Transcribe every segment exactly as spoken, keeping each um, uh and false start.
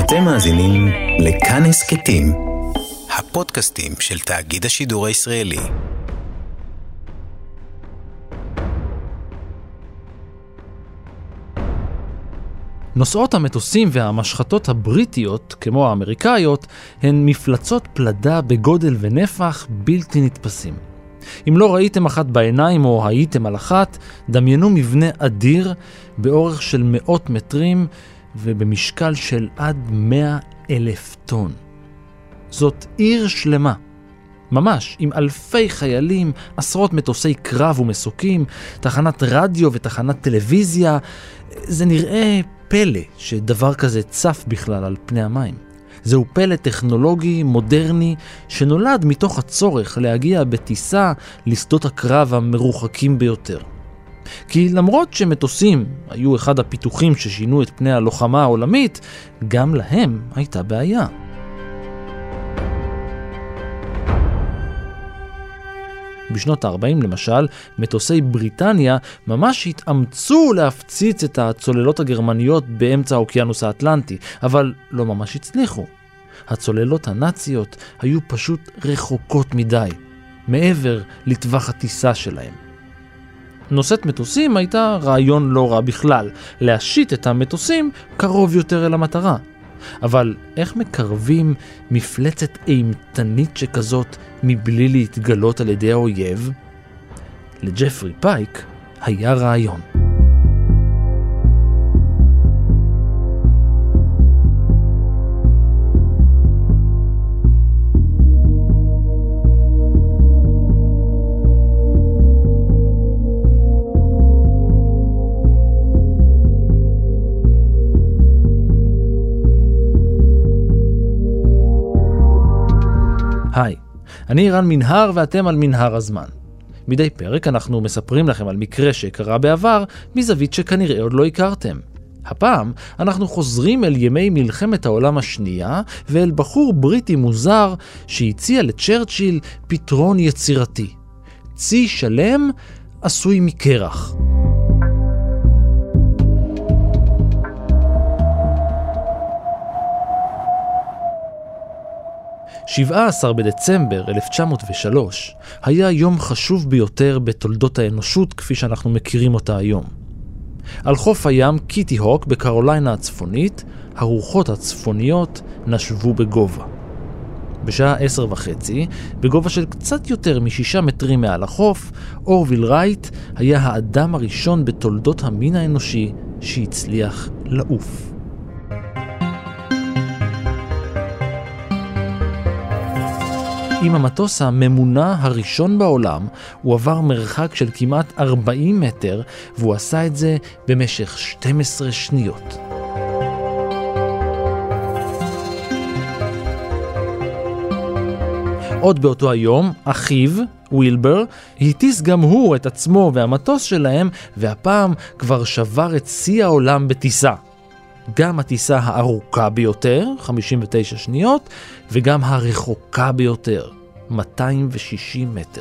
אתם מאזינים לכאן הסכתים, הפודקאסטים של תאגיד השידור הישראלי. נוסעות המטוסים והמשחטות הבריטיות, כמו האמריקאיות, הן מפלצות פלדה בגודל ונפח בלתי נתפסים. אם לא ראיתם אחת בעיניים או הייתם על אחת, דמיינו מבנה אדיר באורך של מאות מטרים ובמשקל של עד מאה אלף טון. זאת עיר שלמה, ממש, עם אלפי חיילים, עשרות מטוסי קרב ומסוקים, תחנת רדיו ותחנת טלוויזיה. זה נראה פלא שדבר כזה צף בכלל על פני המים. זהו פלא טכנולוגי מודרני שנולד מתוך הצורך להגיע בטיסה לשדות הקרב המרוחקים ביותר. כי למרות שמטוסים היו אחד הפיתוחים ששינו את פני הלוחמה העולמית, גם להם הייתה בעיה. בשנות ה-ארבעים למשל, מטוסי בריטניה ממש התאמצו להפציץ את הצוללות הגרמניות באמצע האוקיינוס האטלנטי, אבל לא ממש הצליחו. הצוללות הנאציות היו פשוט רחוקות מדי, מעבר לטווח הטיסה שלהם. נושאת מטוסים הייתה רעיון לא רע בכלל, להשית את המטוסים קרוב יותר אל המטרה. אבל איך מקרבים מפלצת אימתנית שכזאת מבלי להתגלות על ידי האויב? לג'פרי פייק היה רעיון. היי, אני רן מנהר ואתם על מנהר הזמן. מדי פרק אנחנו מספרים לכם על מקרה שקרה בעבר מזווית שכנראה עוד לא הכרתם. הפעם אנחנו חוזרים אל ימי מלחמת העולם השנייה ואל בחור בריטי מוזר שהציע לצ'רצ'יל פתרון יצירתי. צי שלם עשוי מקרח. שבעה עשר בדצמבר אלף תשע מאות ושלוש היה יום חשוב ביותר בתולדות האנושות כפי שאנחנו מכירים אותה היום. על חוף הים קיטי הוק בקרוליינה הצפונית, הרוחות הצפוניות נשבו בגובה. בשעה עשר וחצי, בגובה של קצת יותר משישה מטרים מעל החוף, אורוויל רייט היה האדם הראשון בתולדות המין האנושי שהצליח לעוף. עם המטוס הממונע הראשון בעולם, הוא עבר מרחק של כמעט ארבעים מטר, והוא עשה את זה במשך שתים עשרה שניות. עוד באותו היום, אחיו, ווילבר, הטיס גם הוא את עצמו והמטוס שלהם, והפעם כבר שבר את שיא העולם בטיסה. גם הטיסה הארוכה ביותר, חמישים ותשע שניות, וגם הרחוקה ביותר, מאתיים ושישים מטר.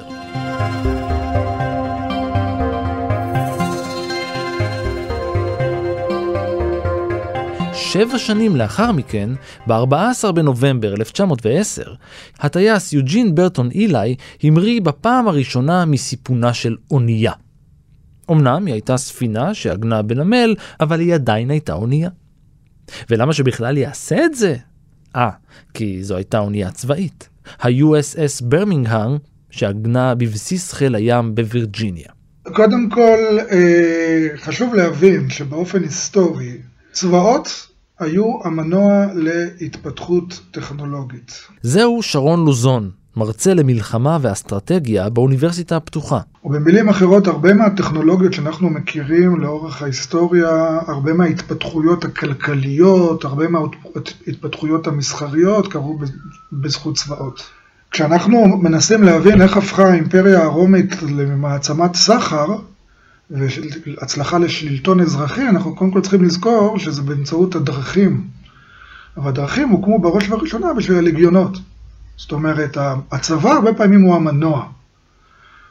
שבע שנים לאחר מכן, ב-ארבעה עשר בנובמבר אלף תשע מאות ועשר, הטייס יוג'ין ברטון אילי המריא בפעם הראשונה מסיפונה של אונייה. אמנם היא הייתה ספינה שעגנה בנמל, אבל היא עדיין הייתה אונייה. ולמה שבכלל יעשה את זה? אה, כי זו הייתה אונייה צבאית. ה-יו אס אס ברמינגהאם, שעגנה בבסיס חיל הים בווירג'יניה. קודם כל, חשוב להבין שבאופן היסטורי, צבאות היו המנוע להתפתחות טכנולוגית. זהו שרון לוזון, מרצה למלחמה ואסטרטגיה באוניברסיטה הפתוחה. ובמילים אחרות, הרבה מהטכנולוגיות שאנחנו מכירים לאורך ההיסטוריה, הרבה מההתפתחויות הכלכליות, הרבה מההתפתחויות המסחריות קרו בזכות צבאות. כשאנחנו מנסים להבין איך הפכה האימפריה הרומית למעצמת סחר, והצלחה לשלטון אזרחי, אנחנו קודם כל צריכים לזכור שזה באמצעות הדרכים. אבל הדרכים הוקמו בראש ובראשונה בשביל הלגיונות. זאת אומרת, הצבא הרבה פעמים הוא המנוע.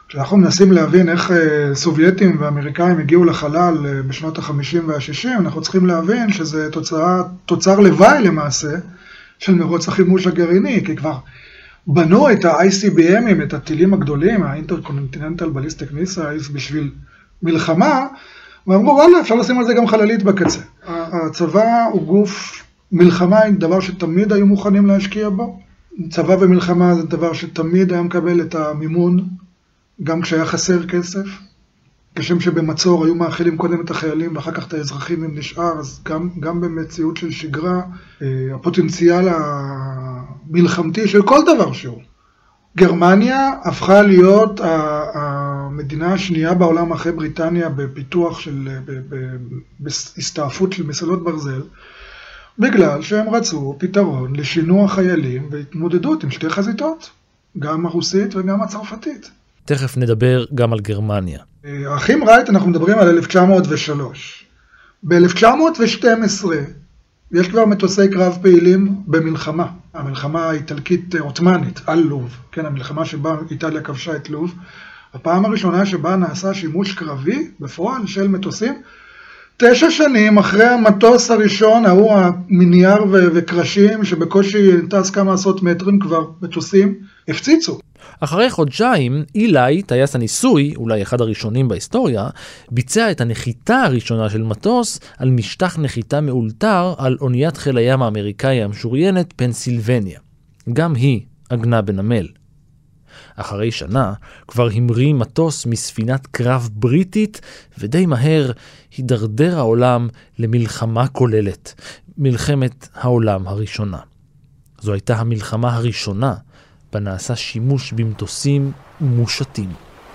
כשאנחנו מנסים להבין איך סובייטים ואמריקאים הגיעו לחלל בשנות ה-חמישים וה-שישים, אנחנו צריכים להבין שזה תוצאה, תוצר לוואי למעשה של מרוץ החימוש הגרעיני, כי כבר בנו את ה-איי סי בי אם, את הטילים הגדולים, ה-Intercontinental Ballistic Missiles, בשביל מלחמה, ואמרו, וואלה, אפשר לשים על זה גם חללית בקצה. הצבא הוא גוף, מלחמה היא דבר שתמיד היו מוכנים להשקיע בו. צבא ומלחמה זה דבר שתמיד היה מקבל את המימון, גם כשהיה חסר כסף. כשם שבמצור היו מאכילים קודם את החיילים ואחר כך את האזרחים אם נשאר, אז גם, גם במציאות של שגרה, הפוטנציאל המלחמתי של כל דבר שהוא. גרמניה הפכה להיות המדינה השנייה בעולם אחרי בריטניה בפיתוח של, בהסתעפות של מסילות ברזל, בגלל שהם רצו פתרון לשינוע חיילים והתמודדות עם שתי חזיתות, גם הרוסית וגם הצרפתית. תכף נדבר גם על גרמניה. האחים רייט, אנחנו מדברים על אלף תשע מאות ושלוש. ב-אלף תשע מאות ושתים עשרה יש כבר מטוסי קרב פעילים במלחמה. המלחמה האיטלקית עות'מאנית על לוב, כן, המלחמה שבה איטליה כבשה את לוב. הפעם הראשונה שבה נעשה שימוש קרבי בפועל של מטוסים, תשע שנים אחרי המטוס הראשון, ההוא המיניאר וקרשים שבקושי טס כמה עשרות מטרים, כבר מטוסים הפציצו. אחרי חודשיים, אילי, טייס הניסוי, אולי אחד הראשונים בהיסטוריה, ביצע את הנחיתה הראשונה של מטוס על משטח נחיתה מאולתר על אוניית חיל הים האמריקאי המשוריינת פנסילבניה. גם היא עגנה בנמל. אחרי שנה כבר המריא מטוס מספינת קרב בריטית, ודי מהר הידרדר העולם למלחמה כוללת, מלחמת העולם הראשונה. זו הייתה המלחמה הראשונה בה נעשה שימוש במטוסים מושטים.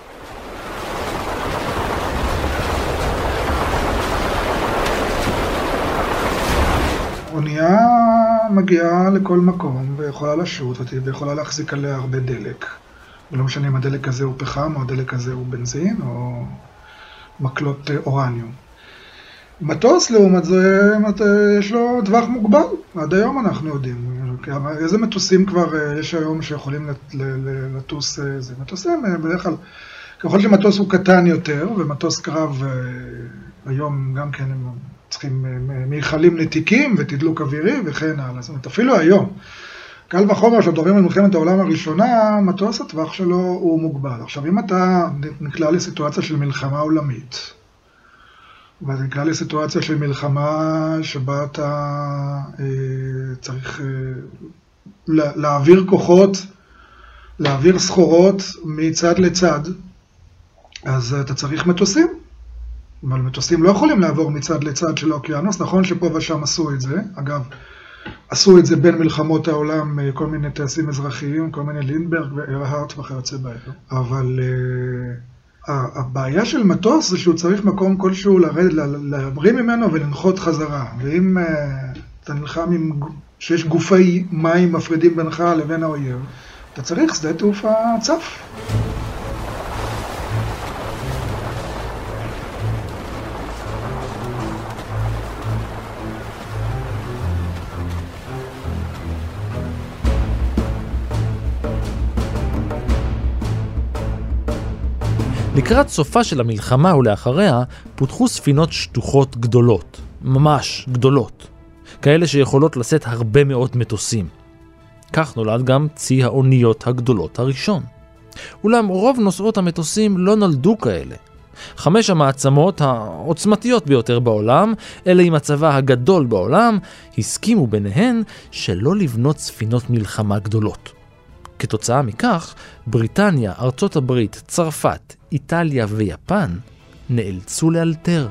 אונייה מגיעה לכל מקום ויכולה לשוט ויכולה להחזיק עליה הרבה דלק. ולא משנה אם הדלק הזה הוא פחם או הדלק הזה הוא בנזין או מקלות אורניום. מטוס לעומת זה, יש לו טווח מוגבל, עד היום אנחנו יודעים. איזה מטוסים כבר יש היום שיכולים לטוס, זה מטוסים בדרך כלל, ככל שמטוס הוא קטן יותר, ומטוס קרב היום גם כן הם צריכים מיכלים נתיקים ותדלוק אווירי וכן הלאה, זאת אומרת אפילו היום. קל וחומר שמדברים על מלחמת העולם הראשונה, מטוס הטווח שלו הוא מוגבל. עכשיו אם אתה נקלע לסיטואציה של מלחמה עולמית, וזה נקרא לסיטואציה של מלחמה שבה אתה אה, צריך אה, להעביר כוחות, להעביר סחורות מצד לצד, אז אתה צריך מטוסים. אבל מטוסים לא יכולים לעבור מצד לצד של האוקיינוס, נכון שפה ושם עשו את זה, אגב, עשו את זה בין מלחמות העולם, כל מיני טייסים אזרחיים, כל מיני לינדברג וארהרט וכיוצא באלה. אבל uh, הבעיה של מטוס זה שהוא צריך מקום כלשהו לרדת, להמריא ממנו ולנחות חזרה. ואם uh, אתה נלחם עם, שיש גופי מים מפרידים בינך לבין האויב, אתה צריך שדה תעופה צף. לקראת סופה של המלחמה ולאחריה פותחו ספינות שטוחות גדולות, ממש גדולות, כאלה שיכולות לשאת הרבה מאוד מטוסים. כך נולד גם צי האוניות הגדולות הראשון. אולם רוב נוסעות המטוסים לא נולדו כאלה. חמש המעצמות העוצמתיות ביותר בעולם, אלה עם הצבא הגדול בעולם, הסכימו ביניהן שלא לבנות ספינות מלחמה גדולות. כתוצאה מכך, בריטניה, ארצות הברית, צרפת, איטליה ויפן נאלצו לאלתר.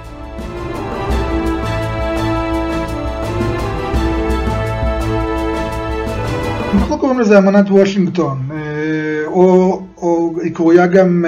אנחנו קוראים לזה אמנת וושינגטון, או, או היא קרויה גם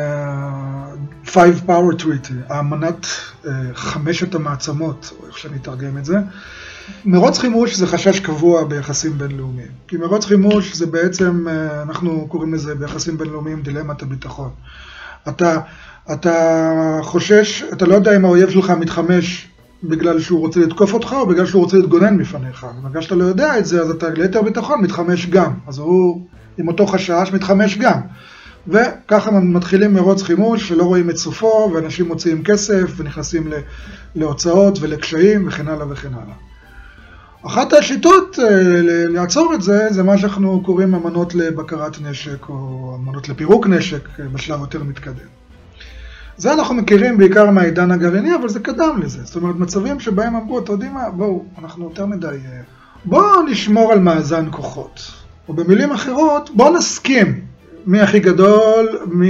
Five Power Treaty, האמנת חמשת המעצמות, או איך שאני אתרגם את זה. מרוץ חימוש זה חשש קבוע ביחסים בינלאומיים. כי מרוץ חימוש זה בעצם, אנחנו קוראים לזה ביחסים בינלאומיים דילמת הביטחון. אתה, אתה חושש, אתה לא יודע אם האויב שלך מתחמש בגלל שהוא רוצה לתקוף אותך או בגלל שהוא רוצה להתגונן בפניך. בגלל שאתה לא יודע את זה, אז אתה ליתר ביטחון מתחמש גם. אז הוא עם אותו חשש מתחמש גם. וככה מתחילים מרוץ חימוש שלא רואים את סופו, ואנשים מוציאים כסף ונכנסים להוצאות ולקשיים וכן הלאה וכן הלאה. אחת השיטות לעצור את זה, זה מה שאנחנו קוראים אמנות לבקרת נשק או אמנות לפירוק נשק בשלב יותר מתקדם. זה אנחנו מכירים בעיקר מהעידן הגרעיני, אבל זה קדם לזה. זאת אומרת, מצבים שבהם אמרו, אתה יודעים מה, בואו, אנחנו יותר מדי, בואו נשמור על מאזן כוחות. או במילים אחרות, בואו נסכים מי הכי גדול,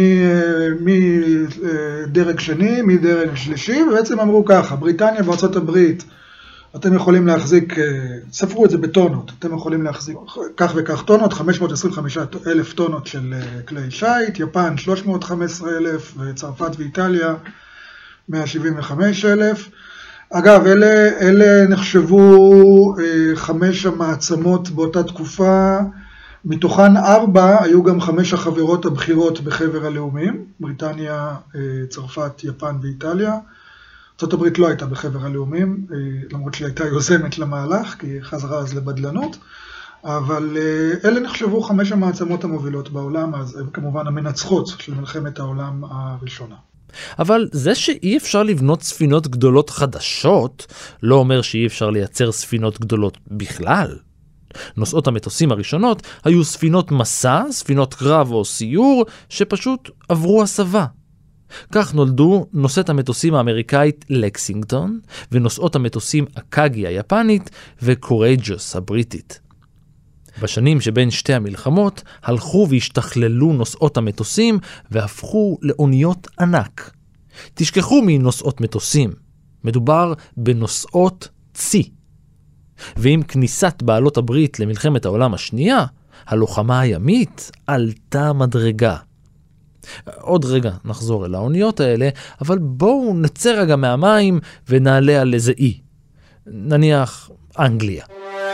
מדרג שני, מדרג שלישי, ובעצם אמרו ככה, בריטניה וארצות הברית, אתם יכולים להחזיק, ספרו את זה בטונות, אתם יכולים להחזיק כך וכך טונות, חמש מאות עשרים וחמישה אלף טונות של כלי שייט, יפן שלוש מאות וחמש עשרה אלף, וצרפת ואיטליה מאה שבעים וחמישה אלף. אגב, אלה, אלה נחשבו חמש המעצמות באותה תקופה, מתוכן ארבע היו גם חמש החברות הבכירות בחבר הלאומים, בריטניה, צרפת, יפן ואיטליה. ארצות הברית לא הייתה בחבר הלאומים, למרות שהיא הייתה יוזמת למהלך, כי היא חזרה אז לבדלנות, אבל אלה נחשבו חמש המעצמות המובילות בעולם, אז הן כמובן המנצחות של מלחמת העולם הראשונה. אבל זה שאי אפשר לבנות ספינות גדולות חדשות, לא אומר שאי אפשר לייצר ספינות גדולות בכלל. נוסעות המטוסים הראשונות היו ספינות מסע, ספינות קרב או סיור, שפשוט עברו הסבה. כך נולדו נושאת המטוסים האמריקאית לקסינגטון, ונושאות המטוסים אקאגי היפנית וקורייג'וס הבריטית. בשנים שבין שתי המלחמות הלכו והשתכללו נושאות המטוסים והפכו לאוניות ענק. תשכחו מנושאות מטוסים, מדובר בנושאות צי. ועם כניסת בעלות הברית למלחמת העולם השנייה, הלוחמה הימית עלתה מדרגה. עוד רגע נחזור אל האוניות האלה, אבל בואו נצא רגע מהמים ונעלה על איזה אי. נניח אנגליה.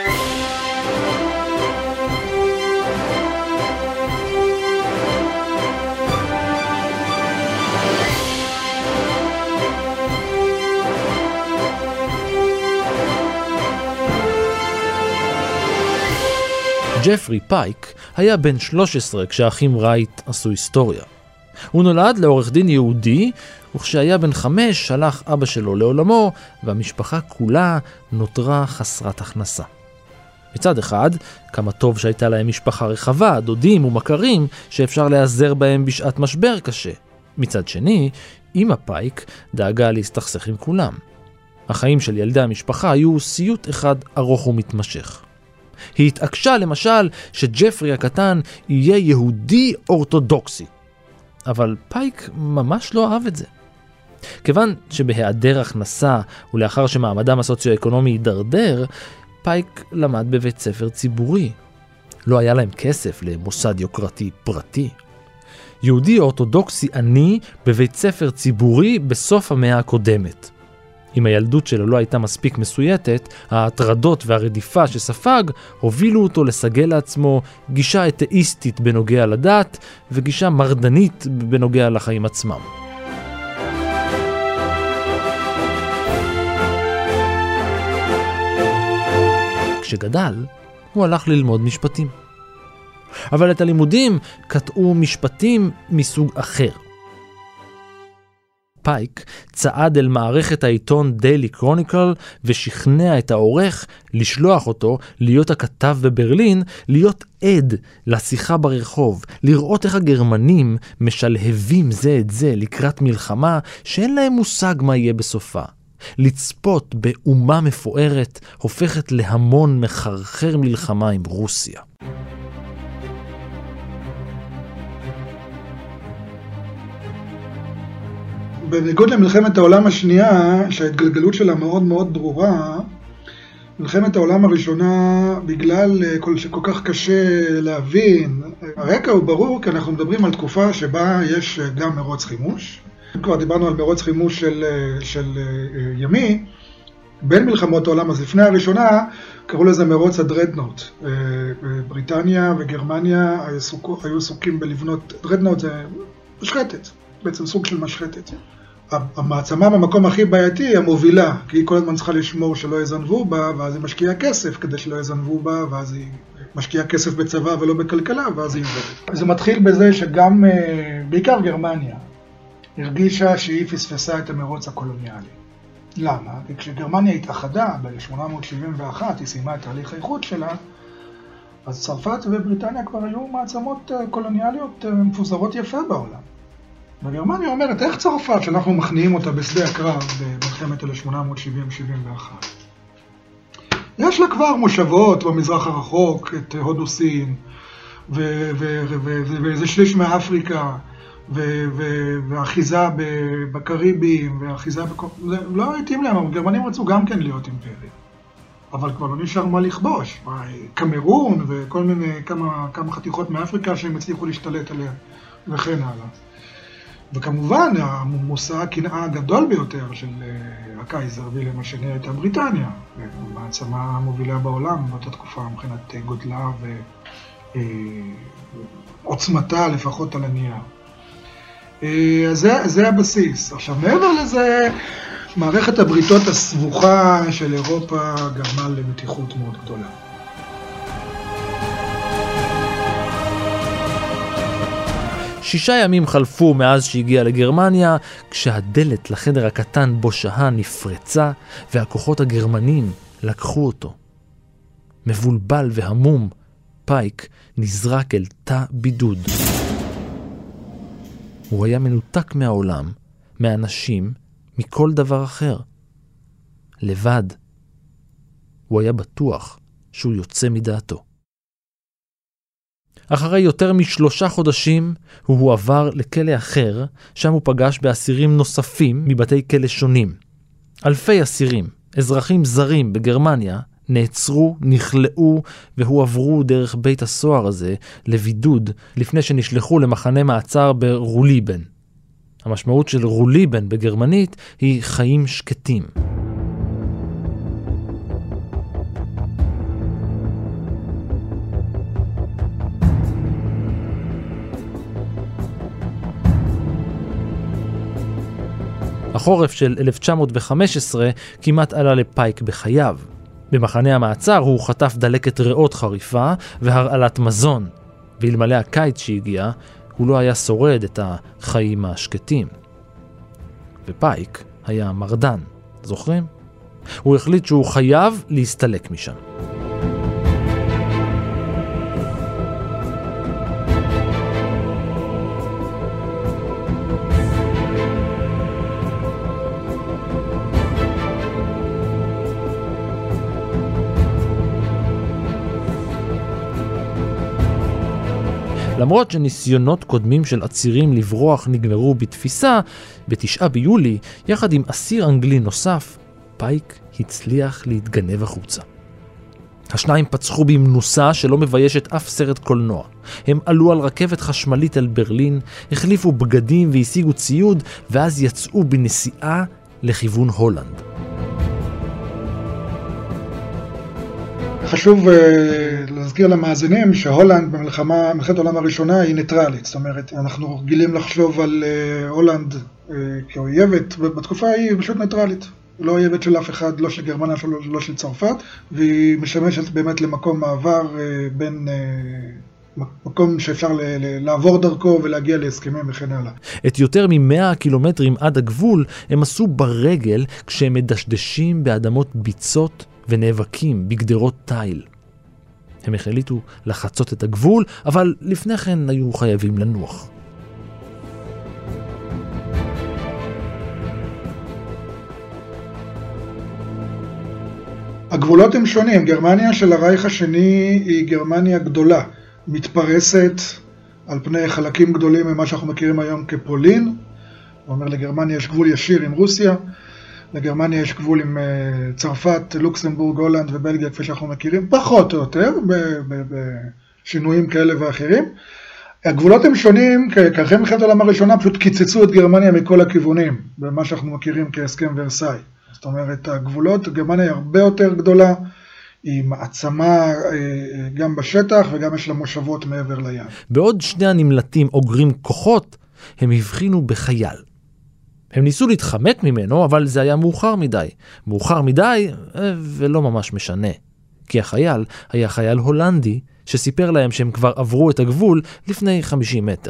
ג'פרי פייק היה בן שלוש עשרה כשהאחים רייט עשו היסטוריה. הוא נולד לעורך דין יהודי, וכשהיה בן חמש הלך אבא שלו לעולמו, והמשפחה כולה נותרה חסרת הכנסה. מצד אחד, כמה טוב שהייתה להם משפחה רחבה, דודים ומכרים, שאפשר להיעזר בהם בשעת משבר קשה. מצד שני, אמא פייק דאגה להסתכסך עם כולם. החיים של ילדי המשפחה היו סיוט אחד ארוך ומתמשך. היא התעקשה למשל שג'פרי הקטן יהיה יהודי אורתודוקסי. אבל פייק ממש לא אהב את זה. כיוון שבהיעדר הכנסה ולאחר שמעמדם הסוציו-אקונומי הידרדר, פייק למד בבית ספר ציבורי. לא היה להם כסף למוסד יוקרתי פרטי. יהודי אורתודוקסי עני בבית ספר ציבורי בסוף המאה הקודמת. אם הילדות שלו לא הייתה מספיק מסויטת, ההטרדות והרדיפה שספג הובילו אותו לסגל לעצמו גישה אתאיסטית בנוגע לדת וגישה מרדנית בנוגע לחיים עצמם. כשגדל, הוא הלך ללמוד משפטים. אבל את הלימודים קטעו משפטים מסוג אחר. פייק צעד אל מערכת העיתון דיילי קרוניקל ושכנע את העורך לשלוח אותו להיות הכתב בברלין, להיות עד לשיחה ברחוב, לראות איך הגרמנים משלהבים זה את זה לקראת מלחמה שאין להם מושג מה יהיה בסופה. לצפות באומה מפוארת הופכת להמון מחרחר מלחמה עם רוסיה. בניגוד למלחמת העולם השנייה, שההתגלגלות שלה מאוד מאוד ברורה, מלחמת העולם הראשונה, בגלל שכל כך קשה להבין, הרקע הוא ברור כי אנחנו מדברים על תקופה שבה יש גם מרוץ חימוש. כבר דיברנו על מרוץ חימוש של, של ימי, בין מלחמות העולם, אז לפני הראשונה קראו לזה מרוץ הדרדנוט. בריטניה וגרמניה היו עסוקים בלבנות, דרדנוט זה משחטת, בעצם סוג של משחטת. המעצמה במקום הכי בעייתי היא המובילה, כי היא כל הזמן צריכה לשמור שלא יזנבו בה, ואז היא משקיעה כסף כדי שלא יזנבו בה, ואז היא משקיעה כסף בצבא ולא בכלכלה, ואז היא עובדת. זה מתחיל בזה שגם, בעיקר גרמניה, הרגישה שהיא פספסה את המרוץ הקולוניאלי. למה? כי כשגרמניה התאחדה ב-שמונה מאות שבעים ואחת, היא סיימה את תהליך האיחוד שלה, אז צרפת ובריטניה כבר היו מעצמות קולוניאליות מפוזרות יפה בעולם. וגרמניה אומרת, איך צרפת שאנחנו מכניעים אותה בשדה הקרב במלחמת אלף שמונה מאות שבעים שבעים ואחת? יש לה כבר מושבות במזרח הרחוק, את הודו סין, ואיזה שליש מאפריקה, ואחיזה בקריבים, ואחיזה בכל... לא הייתים להם, הגרמנים רצו גם כן להיות אימפריה. אבל כבר לא נשאר מה לכבוש. קמרון וכל מיני, כמה, כמה חתיכות מאפריקה שהם הצליחו להשתלט עליה, וכן הלאה. וכמובן, המושא הקנאה הגדול ביותר של הקייזר וילהלם השני הייתה בריטניה. המעצמה המובילה בעולם באותה תקופה מבחינת גודלה ועוצמתה לפחות על הנייר. אז זה, זה הבסיס. עכשיו, מעבר לזה, מערכת הבריתות הסבוכה של אירופה גרמה למתיחות מאוד גדולה. שישה ימים חלפו מאז שהגיע לגרמניה, כשהדלת לחדר הקטן בו שהה נפרצה, והכוחות הגרמנים לקחו אותו. מבולבל והמום, פייק נזרק אל תא בידוד. הוא היה מנותק מהעולם, מהאנשים, מכל דבר אחר. לבד. הוא היה בטוח שהוא יוצא מדעתו. אחרי יותר משלושה חודשים הוא הועבר לכלא אחר, שם הוא פגש באסירים נוספים מבתי כלא שונים. אלפי אסירים, אזרחים זרים בגרמניה, נעצרו, נכלאו והועברו דרך בית הסוהר הזה לבידוד לפני שנשלחו למחנה מעצר ברוליבן. המשמעות של רוליבן בגרמנית היא חיים שקטים. החורף של אלף תשע מאות וחמש עשרה כמעט עלה לפייק בחייו. במחנה המעצר הוא חטף דלקת ריאות חריפה והרעלת מזון, ואלמלא הקיץ שהגיע, הוא לא היה שורד את החיים השקטים. ופייק היה מרדן, זוכרים? הוא החליט שהוא חייב להסתלק משם. למרות שניסיונות קודמים של עצירים לברוח נגמרו בתפיסה, בתשעה ביולי, יחד עם אסיר אנגלי נוסף, פייק הצליח להתגנב החוצה. השניים פצחו במנוסה שלא מביישת אף סרט קולנוע. הם עלו על רכבת חשמלית על ברלין, החליפו בגדים והשיגו ציוד, ואז יצאו בנסיעה לכיוון הולנד. חשוב להזכיר למאזינים שהולנד במלחמה, מלחמת העולם הראשונה היא ניטרלית. זאת אומרת, אנחנו רגילים לחשוב על הולנד כאויבת, בתקופה היא פשוט ניטרלית. לא אויבת של אף אחד, לא של גרמניה, לא של צרפת, והיא משמשת באמת למקום מעבר בין מקום שאפשר לעבור דרכו ולהגיע להסכמים וכן הלאה. את יותר ממאה קילומטרים עד הגבול הם עשו ברגל כשהם מדשדשים באדמות ביצות ונאבקים בגדרות תיל. הם החליטו לחצות את הגבול, אבל לפני כן היו חייבים לנוח. הגבולות הם שונים. גרמניה של הרייך השני היא גרמניה גדולה, מתפרסת על פני חלקים גדולים ממה שאנחנו מכירים היום כפולין. הוא אומר, לגרמניה יש גבול ישיר עם רוסיה, לגרמניה יש גבול עם צרפת, לוקסמבורג, הולנד ובלגיה, כפי שאנחנו מכירים, פחות או יותר, בשינויים כאלה ואחרים. הגבולות הם שונים, כי אחרי מלחמת העולם הראשונה פשוט קיצצו את גרמניה מכל הכיוונים, במה שאנחנו מכירים כהסכם ורסאי. זאת אומרת, הגבולות, גרמניה היא הרבה יותר גדולה, היא מעצמה גם בשטח וגם יש לה מושבות מעבר לים. בעוד שני הנמלטים אוגרים כוחות, הם הבחינו בחייל. הם ניסו להתחמק ממנו, אבל זה היה מאוחר מדי. מאוחר מדי ולא ממש משנה. כי החייל היה חייל הולנדי שסיפר להם שהם כבר עברו את הגבול לפני חמישים מטר.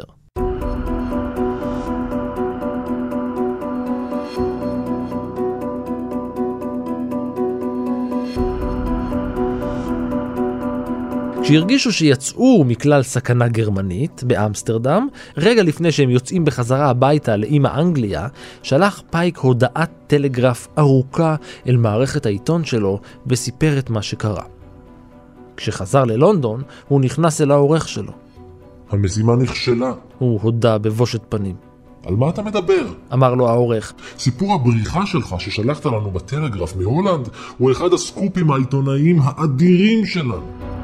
כשהרגישו שיצאו מכלל סכנה גרמנית באמסטרדם, רגע לפני שהם יוצאים בחזרה הביתה לאמא אנגליה, שלח פייק הודעת טלגרף ארוכה אל מערכת העיתון שלו וסיפר את מה שקרה. כשחזר ללונדון, הוא נכנס אל העורך שלו. המשימה נכשלה. הוא הודע בבושת פנים. על מה אתה מדבר? אמר לו העורך. סיפור הבריחה שלך ששלחת לנו בטלגרף מהולנד הוא אחד הסקופים העיתונאיים האדירים שלנו.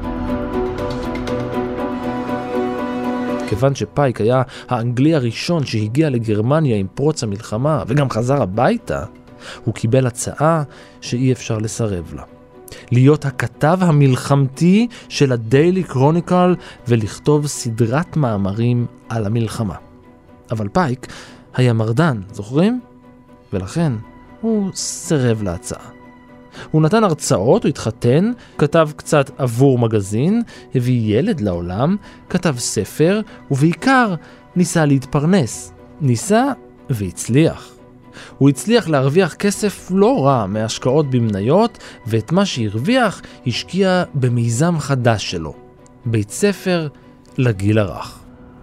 כיוון שפייק היה האנגלי הראשון שהגיע לגרמניה עם פרוץ המלחמה וגם חזר הביתה, הוא קיבל הצעה שאי אפשר לסרב לה. להיות הכתב המלחמתי של הדיילי קרוניקל ולכתוב סדרת מאמרים על המלחמה. אבל פייק היה מרדן, זוכרים? ולכן הוא סרב להצעה. הוא נתן הרצאות, הוא התחתן, כתב קצת עבור מגזין, הביא ילד לעולם, כתב ספר, ובעיקר ניסה להתפרנס. ניסה והצליח. הוא הצליח להרוויח כסף לא רע מהשקעות במניות, ואת מה שהרוויח השקיע במיזם חדש שלו, בית ספר לגיל הרך.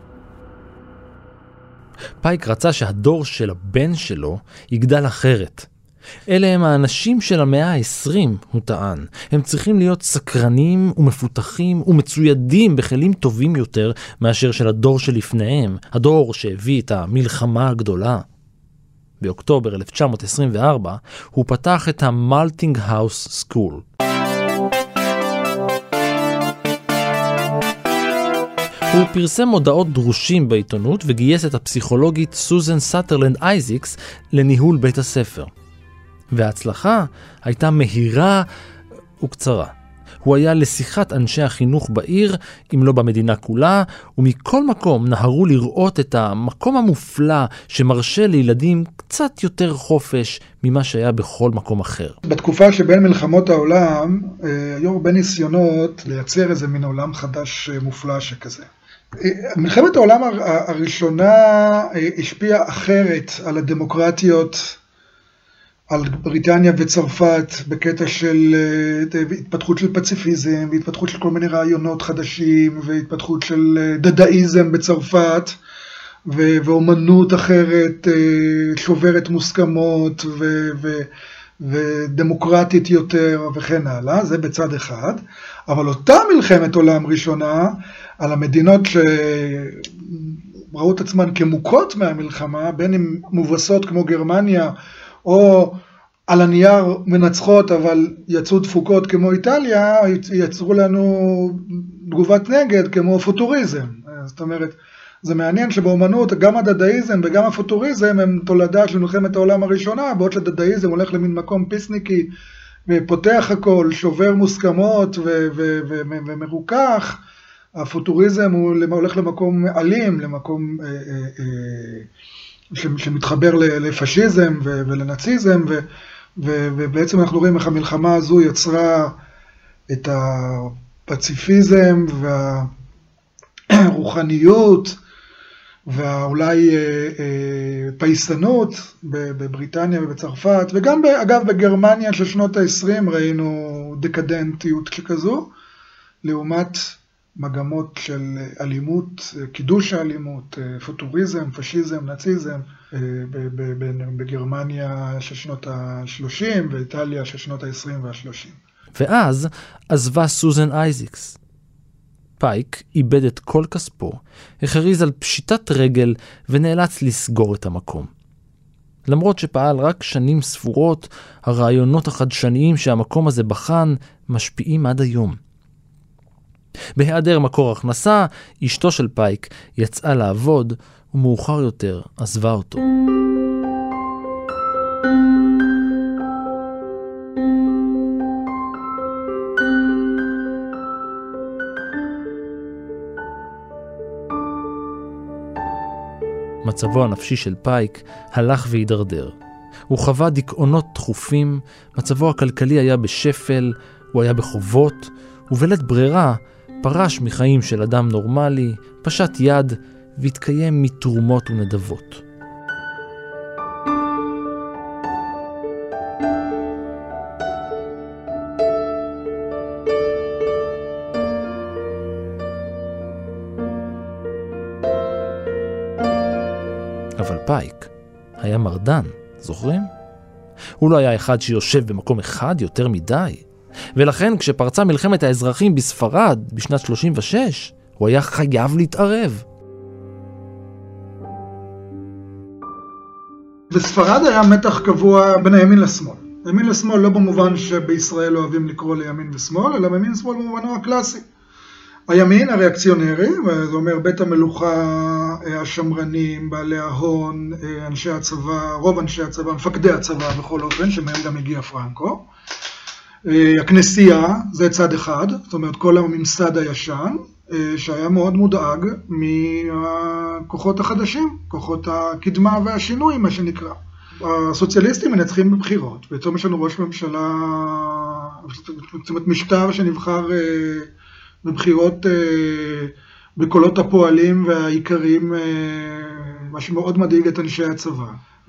פייק רצה שהדור של הבן שלו יגדל אחרת. אלה הם האנשים של המאה ה-עשרים, הוא טען. הם צריכים להיות סקרנים ומפותחים ומצוידים בכלים טובים יותר מאשר של הדור שלפניהם, הדור שהביא את המלחמה הגדולה. באוקטובר אלף תשע מאות עשרים וארבע הוא פתח את המלטינגהאוס סקול. הוא פרסם מודעות דרושים בעיתונות וגייס את הפסיכולוגית סוזן סאטרלנד אייזיקס לניהול בית הספר. וההצלחה הייתה מהירה וקצרה. הוא היה לשיחת אנשי החינוך בעיר, אם לא במדינה כולה, ומכל מקום נהרו לראות את המקום המופלא שמרשה לילדים קצת יותר חופש ממה שהיה בכל מקום אחר. בתקופה שבין מלחמות העולם, היו הרבה ניסיונות לייצר איזה מין עולם חדש מופלא שכזה. מלחמת העולם הראשונה השפיעה אחרת על הדמוקרטיות, על בריטניה וצרפת, בקטע של התפתחות של פציפיזם, והתפתחות של כל מיני רעיונות חדשים, והתפתחות של דדאיזם בצרפת, ואומנות אחרת, שוברת מוסכמות, ודמוקרטית יותר, וכן הלאה, זה בצד אחד. אבל אותה מלחמת עולם ראשונה, על המדינות שראו את עצמן כמוכות מהמלחמה, בין אם מובסות כמו גרמניה, או על הנייר מנצחות אבל יצאו דפוקות כמו איטליה, יצרו לנו תגובת נגד כמו פוטוריזם. זאת אומרת, זה מעניין שבאומנות גם הדדאיזם וגם הפוטוריזם הם תולדה של מלחמת העולם הראשונה, בעוד שדדאיזם הולך למין מקום פיסניקי ופותח הכל, שובר מוסכמות ומרוכך, הפוטוריזם הוא הולך למקום אלים, למקום אה, אה, אה, שמתחבר לפשיזם ולנאציזם, ובעצם אנחנו רואים איך המלחמה הזו יצרה את הפציפיזם והרוחניות ואולי פייסנות בבריטניה ובצרפת, וגם אגב בגרמניה של שנות ה-עשרים ראינו דקדנטיות שכזו, לעומת מגמות של אלימות, קידוש האלימות, פוטוריזם, פשיזם, נאציזם, בגרמניה של שנות ה-שלושים ואיטליה של שנות ה-עשרים וה-שלושים. ואז עזבה סוזן אייזיקס. פייק איבד את כל כספו, הכריז על פשיטת רגל ונאלץ לסגור את המקום. למרות שפעל רק שנים ספורות, הרעיונות החדשניים שהמקום הזה בחן משפיעים עד היום. בהיעדר מקור הכנסה, אשתו של פייק יצאה לעבוד, ומאוחר יותר עזבה אותו. מצבו הנפשי של פייק הלך והידרדר. הוא חווה דיכאונות תכופים, מצבו הכלכלי היה בשפל, הוא היה בחובות, ובלית ברירה פרש מחיים של אדם נורמלי, פשט יד והתקיים מתרומות ונדבות. אבל פייק היה מרדן, זוכרים? הוא לא היה אחד שיושב במקום אחד יותר מדי. ולכן כשפרצה מלחמת האזרחים בספרד בשנת שלושים ושש, הוא היה חייב להתערב. בספרד היה מתח קבוע בין הימין לשמאל. ימין לשמאל לא במובן שבישראל אוהבים לקרוא לימין ושמאל, אלא ימין ושמאל במובנו הקלאסי. הימין הריאקציונרי, זה אומר בית המלוכה, השמרנים, בעלי ההון, אנשי הצבא, רוב אנשי הצבא, מפקדי הצבא בכל אופן, שמהם גם הגיע פרנקו. הכנסייה, זה צד אחד, זאת אומרת כל הממסד הישן, שהיה מאוד מודאג מהכוחות החדשים, כוחות הקדמה והשינוי, מה שנקרא. הסוציאליסטים מנצחים בבחירות, ופתאום יש לנו ראש ממשלה, זאת אומרת משטר שנבחר בבחירות בקולות הפועלים והעיקרים, מה שמאוד מדאיג את אנשי הצבא.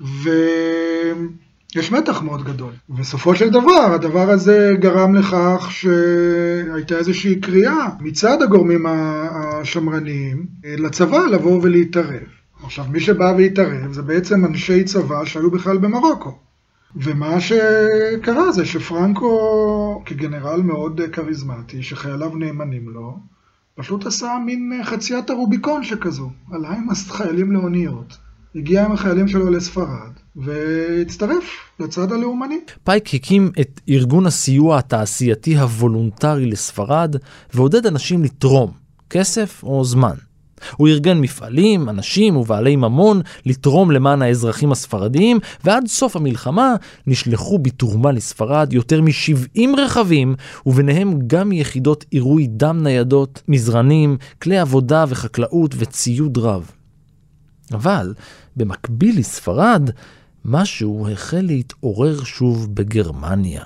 ויש מתח מאוד גדול. בסופו של דבר, הדבר הזה גרם לכך שהייתה איזושהי קריאה מצד הגורמים השמרניים לצבא לבוא ולהתערב. עכשיו, מי שבא והתערב זה בעצם אנשי צבא שהיו בכלל במרוקו. ומה שקרה זה שפרנקו, כגנרל מאוד קריזמטי, שחייליו נאמנים לו, פשוט עשה מין חציית הרוביקון שכזו, עלה עם חיילים לאוניות, הגיע עם החיילים שלו לספרד, והצטרף לצד הלאומני. פייק הקים את ארגון הסיוע התעשייתי הוולונטרי לספרד, ועודד אנשים לתרום, כסף או זמן. הוא ארגן מפעלים, אנשים ובעלי ממון לתרום למען האזרחים הספרדיים, ועד סוף המלחמה נשלחו בתרומה לספרד יותר מ-שבעים רכבים, וביניהם גם יחידות עירוי דם ניידות, מזרנים, כלי עבודה וחקלאות וציוד רב. אבל במקביל לספרד, משהו החל להתעורר שוב בגרמניה.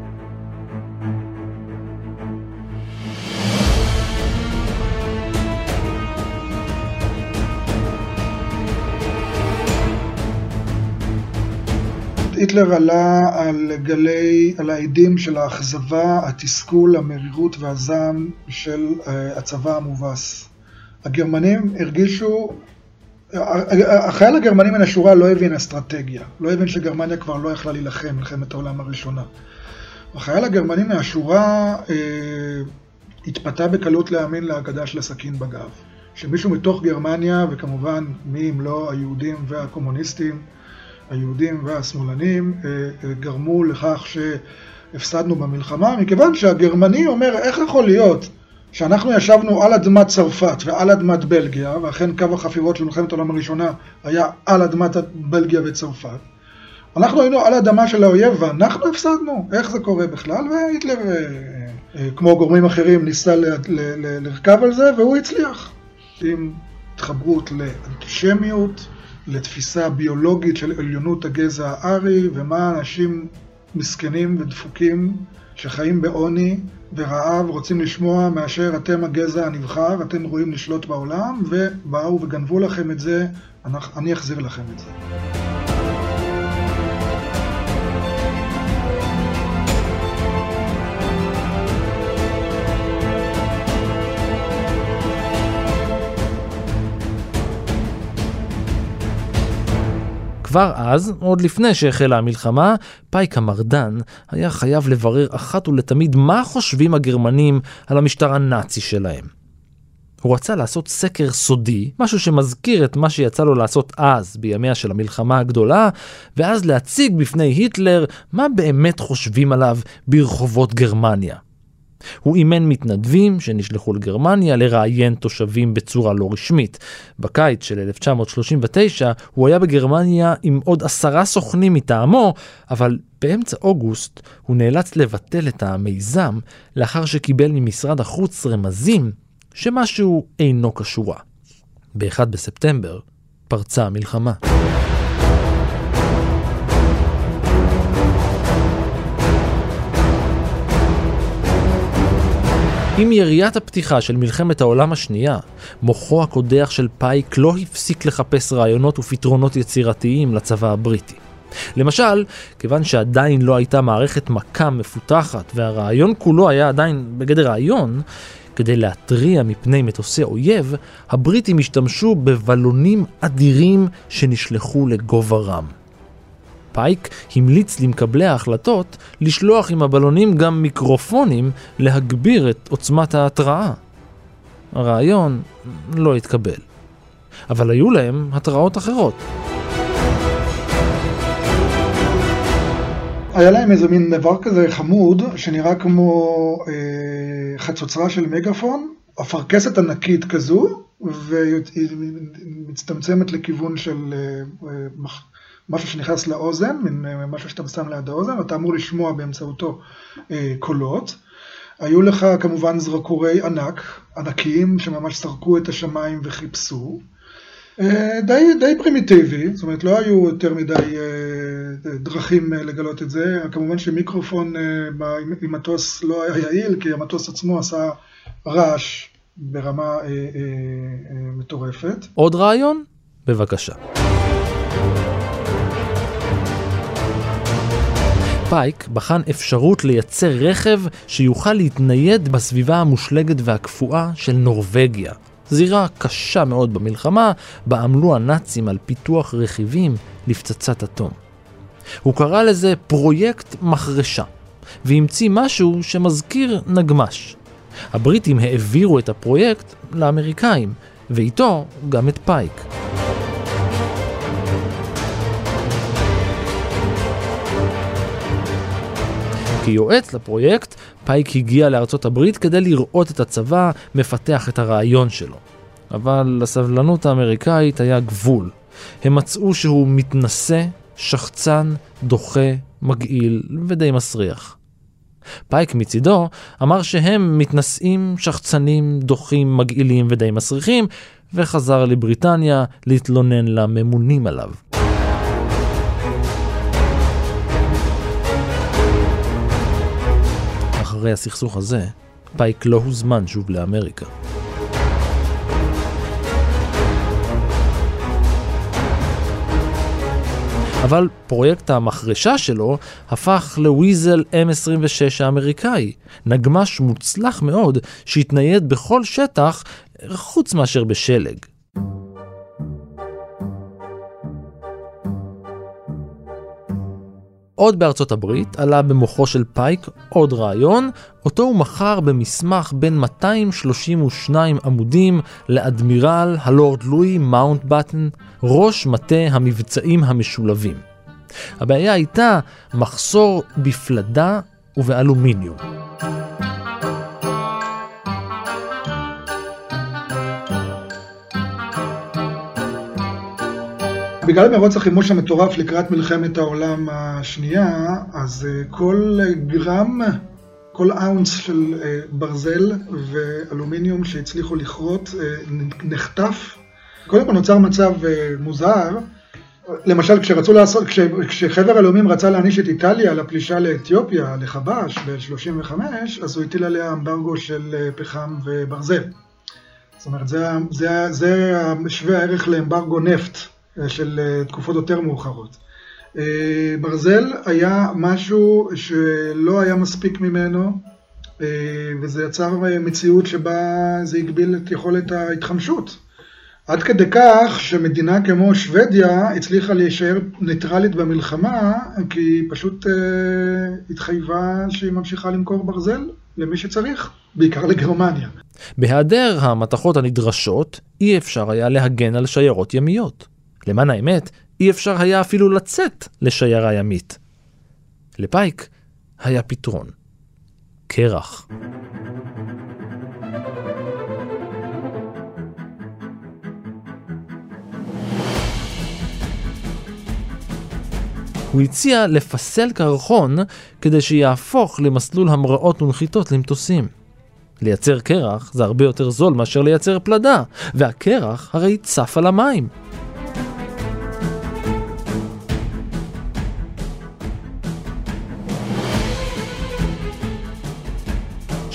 היטלר עלה על גלי, על העדים של האכזבה, התסכול, המרירות והזעם של הצבא המובס. הגרמנים הרגישו, החייל הגרמני מן השורה לא הבין אסטרטגיה, לא הבין שגרמניה כבר לא יכלה להילחם, מלחמת העולם הראשונה. החייל הגרמני מן השורה אה, התפתה בקלות להאמין להגדה של הסכין בגב. שמישהו מתוך גרמניה, וכמובן מי אם לא היהודים והקומוניסטים, היהודים והשמאלנים גרמו לכך שהפסדנו במלחמה, מכיוון שהגרמני אומר איך יכול להיות שאנחנו ישבנו על אדמת צרפת ועל אדמת בלגיה, ואכן קו החפירות של מלחמת העולם הראשונה היה על אדמת בלגיה וצרפת. אנחנו היינו על אדמה של האויב ואנחנו הפסדנו, איך זה קורה בכלל? והיטלר, כמו גורמים אחרים, ניסה לרכב על זה והוא הצליח. עם התחברות לאנטישמיות, לתפיסה ביולוגית של עליונות הגזע הארי, ומה אנשים מסכנים ודפוקים שחיים בעוני ורעב רוצים לשמוע מאשר אתם הגזע הנבחר, אתם רואים לשלוט בעולם, ובאו וגנבו לכם את זה, אני אחזיר לכם את זה. כבר אז, עוד לפני שהחלה המלחמה, פייק המרדן היה חייב לברר אחת ולתמיד מה חושבים הגרמנים על המשטר הנאצי שלהם. הוא רצה לעשות סקר סודי, משהו שמזכיר את מה שיצא לו לעשות אז, בימיה של המלחמה הגדולה, ואז להציג בפני היטלר מה באמת חושבים עליו ברחובות גרמניה. הוא אימן מתנדבים שנשלחו לגרמניה לראיין תושבים בצורה לא רשמית. בקיץ של אלף תשע מאות שלושים ותשע הוא היה בגרמניה עם עוד עשרה סוכנים מטעמו, אבל באמצע אוגוסט הוא נאלץ לבטל את המיזם לאחר שקיבל ממשרד החוץ רמזים שמשהו אינו קשורה. ב-אחד בספטמבר פרצה המלחמה. עם יריית הפתיחה של מלחמת העולם השנייה, מוחו הקודח של פייק לא הפסיק לחפש רעיונות ופתרונות יצירתיים לצבא הבריטי. למשל, כיוון שעדיין לא הייתה מערכת מכה מפותחת והרעיון כולו היה עדיין בגדר רעיון, כדי להטריע מפני מטוסי אויב, הבריטים השתמשו בבלונים אדירים שנשלחו לגובה רם. פייק המליץ למקבלי ההחלטות לשלוח עם הבלונים גם מיקרופונים להגביר את עוצמת ההתראה. הרעיון לא התקבל. אבל היו להם התראות אחרות. היה להם איזה מין דבר כזה חמוד, שנראה כמו אה, חצוצרה של מגפון, אפרכסת ענקית כזו, והיא מצטמצמת לכיוון של אה, מח... משהו שנכנס לאוזן, מין משהו שאתה שם ליד האוזן, אתה אמור לשמוע באמצעותו אה, קולות. היו לך כמובן זרקורי ענק, ענקיים, שממש סרקו את השמיים וחיפשו. אה, די, די פרימיטיבי, זאת אומרת לא היו יותר מדי אה, דרכים אה, לגלות את זה. כמובן שמיקרופון אה, עם מטוס לא היה יעיל, כי המטוס עצמו עשה רעש ברמה אה, אה, אה, מטורפת. עוד רעיון? בבקשה. פייק בחן אפשרות לייצר רכב שיוכל להתנייד בסביבה המושלגת והקפואה של נורווגיה. זירה קשה מאוד במלחמה, בה עמלו הנאצים על פיתוח רכיבים לפצצת אטום. הוא קרא לזה פרויקט מחרשה, והמציא משהו שמזכיר נגמש. הבריטים העבירו את הפרויקט לאמריקאים, ואיתו גם את פייק. כיועץ לפרויקט, פייק הגיע לארצות הברית כדי לראות את הצבא מפתח את הרעיון שלו. אבל לסבלנות האמריקאית היה גבול. הם מצאו שהוא מתנשא, שחצן, דוחה, מגעיל ודי מסריח. פייק מצידו אמר שהם מתנשאים, שחצנים, דוחים, מגעילים ודי מסריחים, וחזר לבריטניה להתלונן לממונים עליו. אחרי הסכסוך הזה, פייק לא הוזמן שוב לאמריקה. אבל פרויקט המחרשה שלו הפך לוויזל אם עשרים ושש האמריקאי, נגמש מוצלח מאוד שהתנייד בכל שטח חוץ מאשר בשלג. עוד בארצות הברית עלה במוחו של פייק עוד רעיון, אותו הוא מכר במסמך בין מאתיים שלושים ושניים עמודים לאדמירל הלורד לואי מאונטבטן, ראש מטה המבצעים המשולבים. הבעיה הייתה מחסור בפלדה ובאלומיניום. בגלל מרוץ החימוש המטורף לקראת מלחמת העולם השנייה, אז כל גרם, כל אאונס של ברזל ואלומיניום שהצליחו לכרות נחטף. קודם כל נוצר מצב מוזר, למשל כשרצו לעשות, כש, כשחבר הלאומים רצה להעניש את איטליה על הפלישה לאתיופיה, לחבש ב-שלושים וחמש, אז הוא הטיל עליה אמברגו של פחם וברזל. זאת אומרת, זה, זה, זה שווה הערך לאמברגו נפט של תקופות יותר מאוחרות. ברזל היה משהו שלא היה מספיק ממנו, וזה יצר מציאות שבה זה הגביל את יכולת ההתחמשות. עד כדי כך שמדינה כמו שוודיה הצליחה להישאר ניטרלית במלחמה, כי היא פשוט התחייבה שהיא ממשיכה למכור ברזל למי שצריך, בעיקר לגרמניה. בהיעדר המתכות הנדרשות, אי אפשר היה להגן על שיירות ימיות. למען האמת, אי אפשר היה אפילו לצאת לשיירה ימית. לפייק היה פתרון. קרח. הוא הציע לפסל קרחון כדי שיהפוך למסלול המראות ונחיתות למטוסים. לייצר קרח זה הרבה יותר זול מאשר לייצר פלדה, והקרח הרי צף על המים.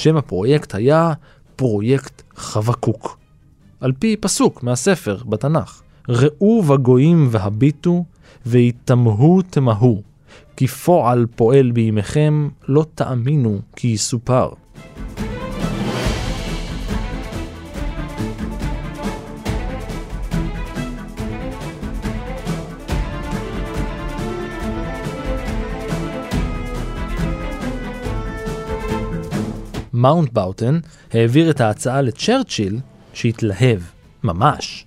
שם הפרויקט היה פרויקט חבקוק. על פי פסוק מהספר בתנ"ך. ראו בגויים והביטו ויתמהו תמהו, כי פועל פועל בימיכם לא תאמינו כי יסופר. מאונטבאוטן העביר את ההצעה לצ'רצ'יל שהתלהב ממש.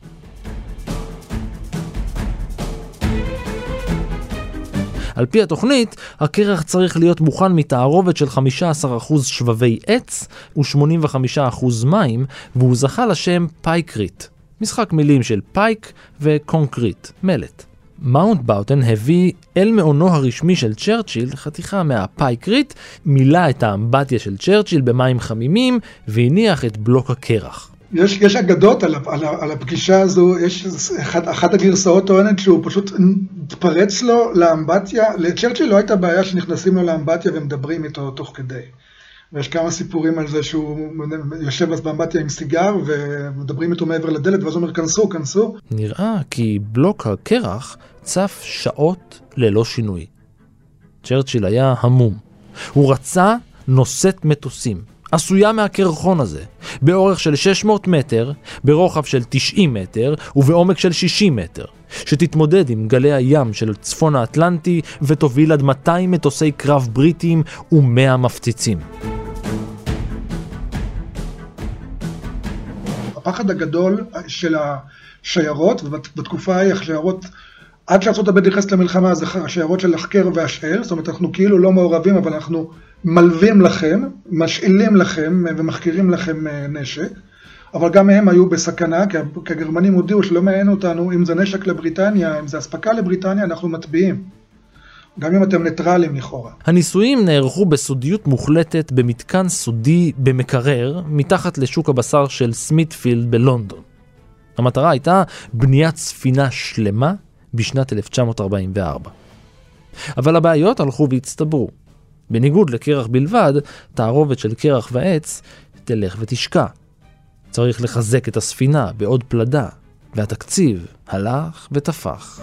על פי התוכנית, הקרח צריך להיות מוכן מתערובת של חמישה עשר אחוז שבבי עץ ו-שמונים וחמישה אחוז מים, והוא זכה לשם פייקריט, משחק מילים של פייק וקונקריט, מלט. מאונטבאוטן הביא אל מעונו הרשמי של צ'רצ'יל חתיכה מהפייקריט, מילא את האמבטיה של צ'רצ'יל במים חמימים והניח את בלוק הקרח. יש, יש אגדות על, על, על הפגישה הזו, יש אחד, אחת הגרסאות טוענת שהוא פשוט התפרץ לו לאמבטיה, לצ'רצ'יל לא הייתה בעיה שנכנסים לו לאמבטיה ומדברים איתו תוך כדי. ויש כמה סיפורים על זה שהוא יושב אז באמבטיה עם סיגר ומדברים איתו מעבר לדלת ואז הוא אומר כנסו, כנסו. נראה כי בלוק הקרח צף שעות ללא שינוי. צ'רצ'יל היה המום. הוא רצה נושאת מטוסים, עשויה מהקרחון הזה, באורך של שש מאות מטר, ברוחב של תשעים מטר ובעומק של שישים מטר, שתתמודד עם גלי הים של צפון האטלנטי ותוביל עד מאתיים מטוסי קרב בריטיים ו-מאה מפציצים. הפחד הגדול של השיירות, ובתקופה ההיא השיירות, עד שארצות הברית נכנסת למלחמה, זה השיירות של החקר והשאל, זאת אומרת אנחנו כאילו לא מעורבים, אבל אנחנו מלווים לכם, משאילים לכם ומחקירים לכם נשק, אבל גם הם היו בסכנה, כי הגרמנים הודיעו שלא מעניין אותנו, אם זה נשק לבריטניה, אם זה הספקה לבריטניה, אנחנו מטביעים. גם אם אתם ניטרלים לכאורה. הניסויים נערכו בסודיות מוחלטת במתקן סודי במקרר, מתחת לשוק הבשר של סמית'פילד בלונדון. המטרה הייתה בניית ספינה שלמה בשנת אלף תשע מאות ארבעים וארבע. אבל הבעיות הלכו והצטברו. בניגוד לקרח בלבד, תערובת של קרח ועץ תלך ותשקע. צריך לחזק את הספינה בעוד פלדה, והתקציב הלך ותפח.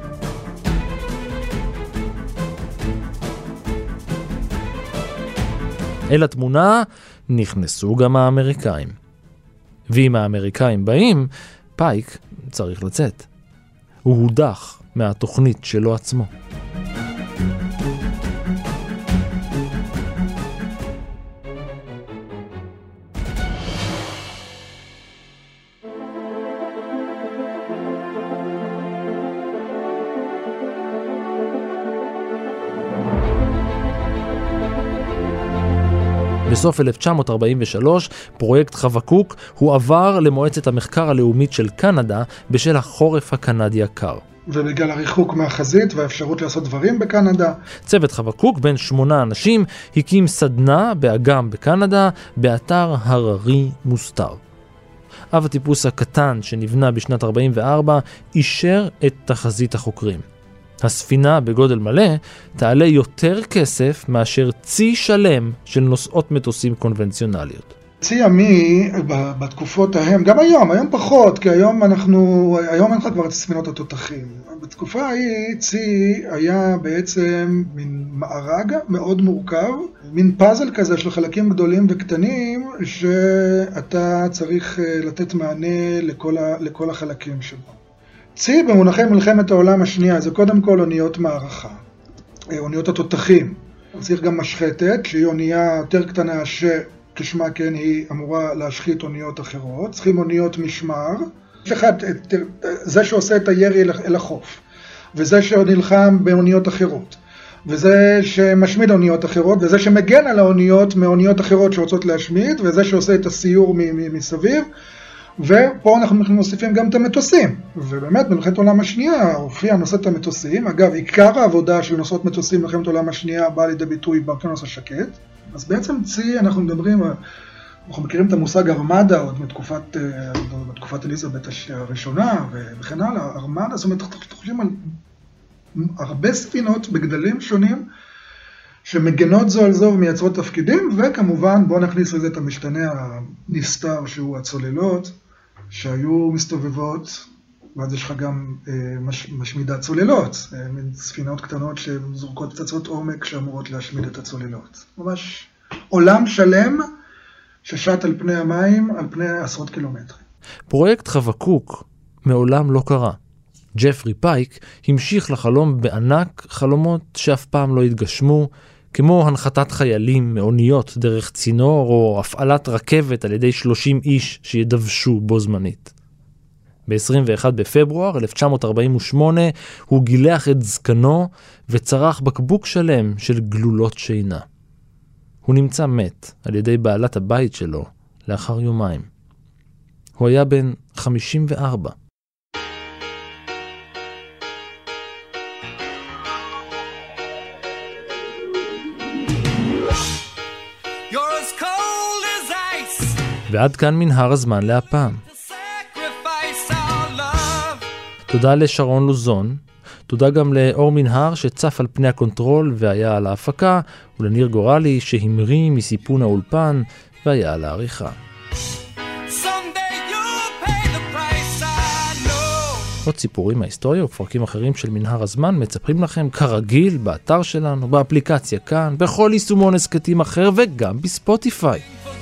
אל התמונה נכנסו גם האמריקאים. ואם האמריקאים באים, פייק צריך לצאת. הוא הודח מהתוכנית שלו עצמו. בסוף אלף תשע מאות ארבעים ושלוש, פרויקט חבקוק הועבר למועצת המחקר הלאומית של קנדה בשל החורף הקנדי הקר. ובגלל הריחוק מהחזית והאפשרות לעשות דברים בקנדה. צוות חבקוק בין שמונה אנשים הקים סדנה באגם בקנדה באתר הררי מוסתר. אב הטיפוס הקטן שנבנה בשנת ארבעים וארבע אישר את תחזית החוקרים. הספינה בגודל מלא תעלה יותר כסף מאשר צי שלם של נוסעות מטוסים קונבנציונליות. צי ימי בתקופות ההם, גם היום, היום פחות, כי היום אנחנו, היום אין לך כבר את ספינות התותחים. בתקופה ההיא צי היה בעצם מין מארג מאוד מורכב, מין פאזל כזה של חלקים גדולים וקטנים, שאתה צריך לתת מענה לכל, ה, לכל החלקים שלו. צי במונחי מלחמת העולם השנייה, זה קודם כל אוניות מערכה, אוניות התותחים. צריך גם משחטת, שהיא אונייה יותר קטנה שכשמה כן היא אמורה להשחית אוניות אחרות. צריכים אוניות משמר. יש אחד, זה שעושה את הירי אל החוף, וזה שנלחם באוניות אחרות, וזה שמשמיד אוניות אחרות, וזה שמגן על האוניות מאוניות אחרות שרוצות להשמיד, וזה שעושה את הסיור מסביב. ופה אנחנו מוסיפים גם את המטוסים, ובאמת במלחמת העולם השנייה הופיע נושאת המטוסים. אגב, עיקר העבודה של נושאות מטוסים במלחמת העולם השנייה באה לידי ביטוי באוקיינוס השקט. אז בעצם צי, אנחנו מדברים, אנחנו מכירים את המושג ארמדה עוד מתקופת, בתקופת אליזבת הראשונה וכן הלאה. ארמדה, זאת אומרת, אנחנו חושבים על הרבה ספינות בגדלים שונים, שמגנות זו על זו ומייצרות תפקידים, וכמובן בוא נכניס לזה את המשתנה הנסתר שהוא הצוללות, שהיו מסתובבות, ואז יש לך גם אה, מש, משמידת צוללות, אה, מין ספינות קטנות שזורקות פצצות עומק שאמורות להשמיד את הצוללות. ממש עולם שלם ששט על פני המים על פני עשרות קילומטרים. פרויקט חבקוק מעולם לא קרה. ג'פרי פייק המשיך לחלום בענק חלומות שאף פעם לא התגשמו, כמו הנחתת חיילים מאוניות דרך צינור או הפעלת רכבת על ידי שלושים איש שידבשו בו זמנית. ב-עשרים ואחד בפברואר אלף תשע מאות ארבעים ושמונה הוא גילח את זקנו וצרח בקבוק שלם של גלולות שינה. הוא נמצא מת על ידי בעלת הבית שלו לאחר יומיים. הוא היה בן חמישים וארבע. ועד כאן מנהר הזמן להפעם. תודה לשרון לוזון, תודה גם לאור מנהר שצף על פני הקונטרול והיה על ההפקה, ולניר גורלי שהמריא מסיפון האולפן והיה על העריכה. עוד סיפורים מההיסטוריה ופרקים אחרים של מנהר הזמן מצפים לכם כרגיל באתר שלנו, באפליקציה כאן, בכל יישומון הסקטים אחר וגם בספוטיפיי.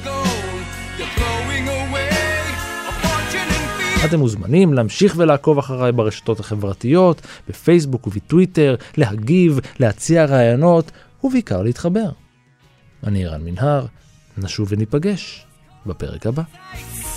אתם מוזמנים להמשיך ולעקוב אחריי ברשתות החברתיות, בפייסבוק ובטוויטר, להגיב, להציע רעיונות ובעיקר להתחבר. אני ערן מנהר, נשוב וניפגש בפרק הבא.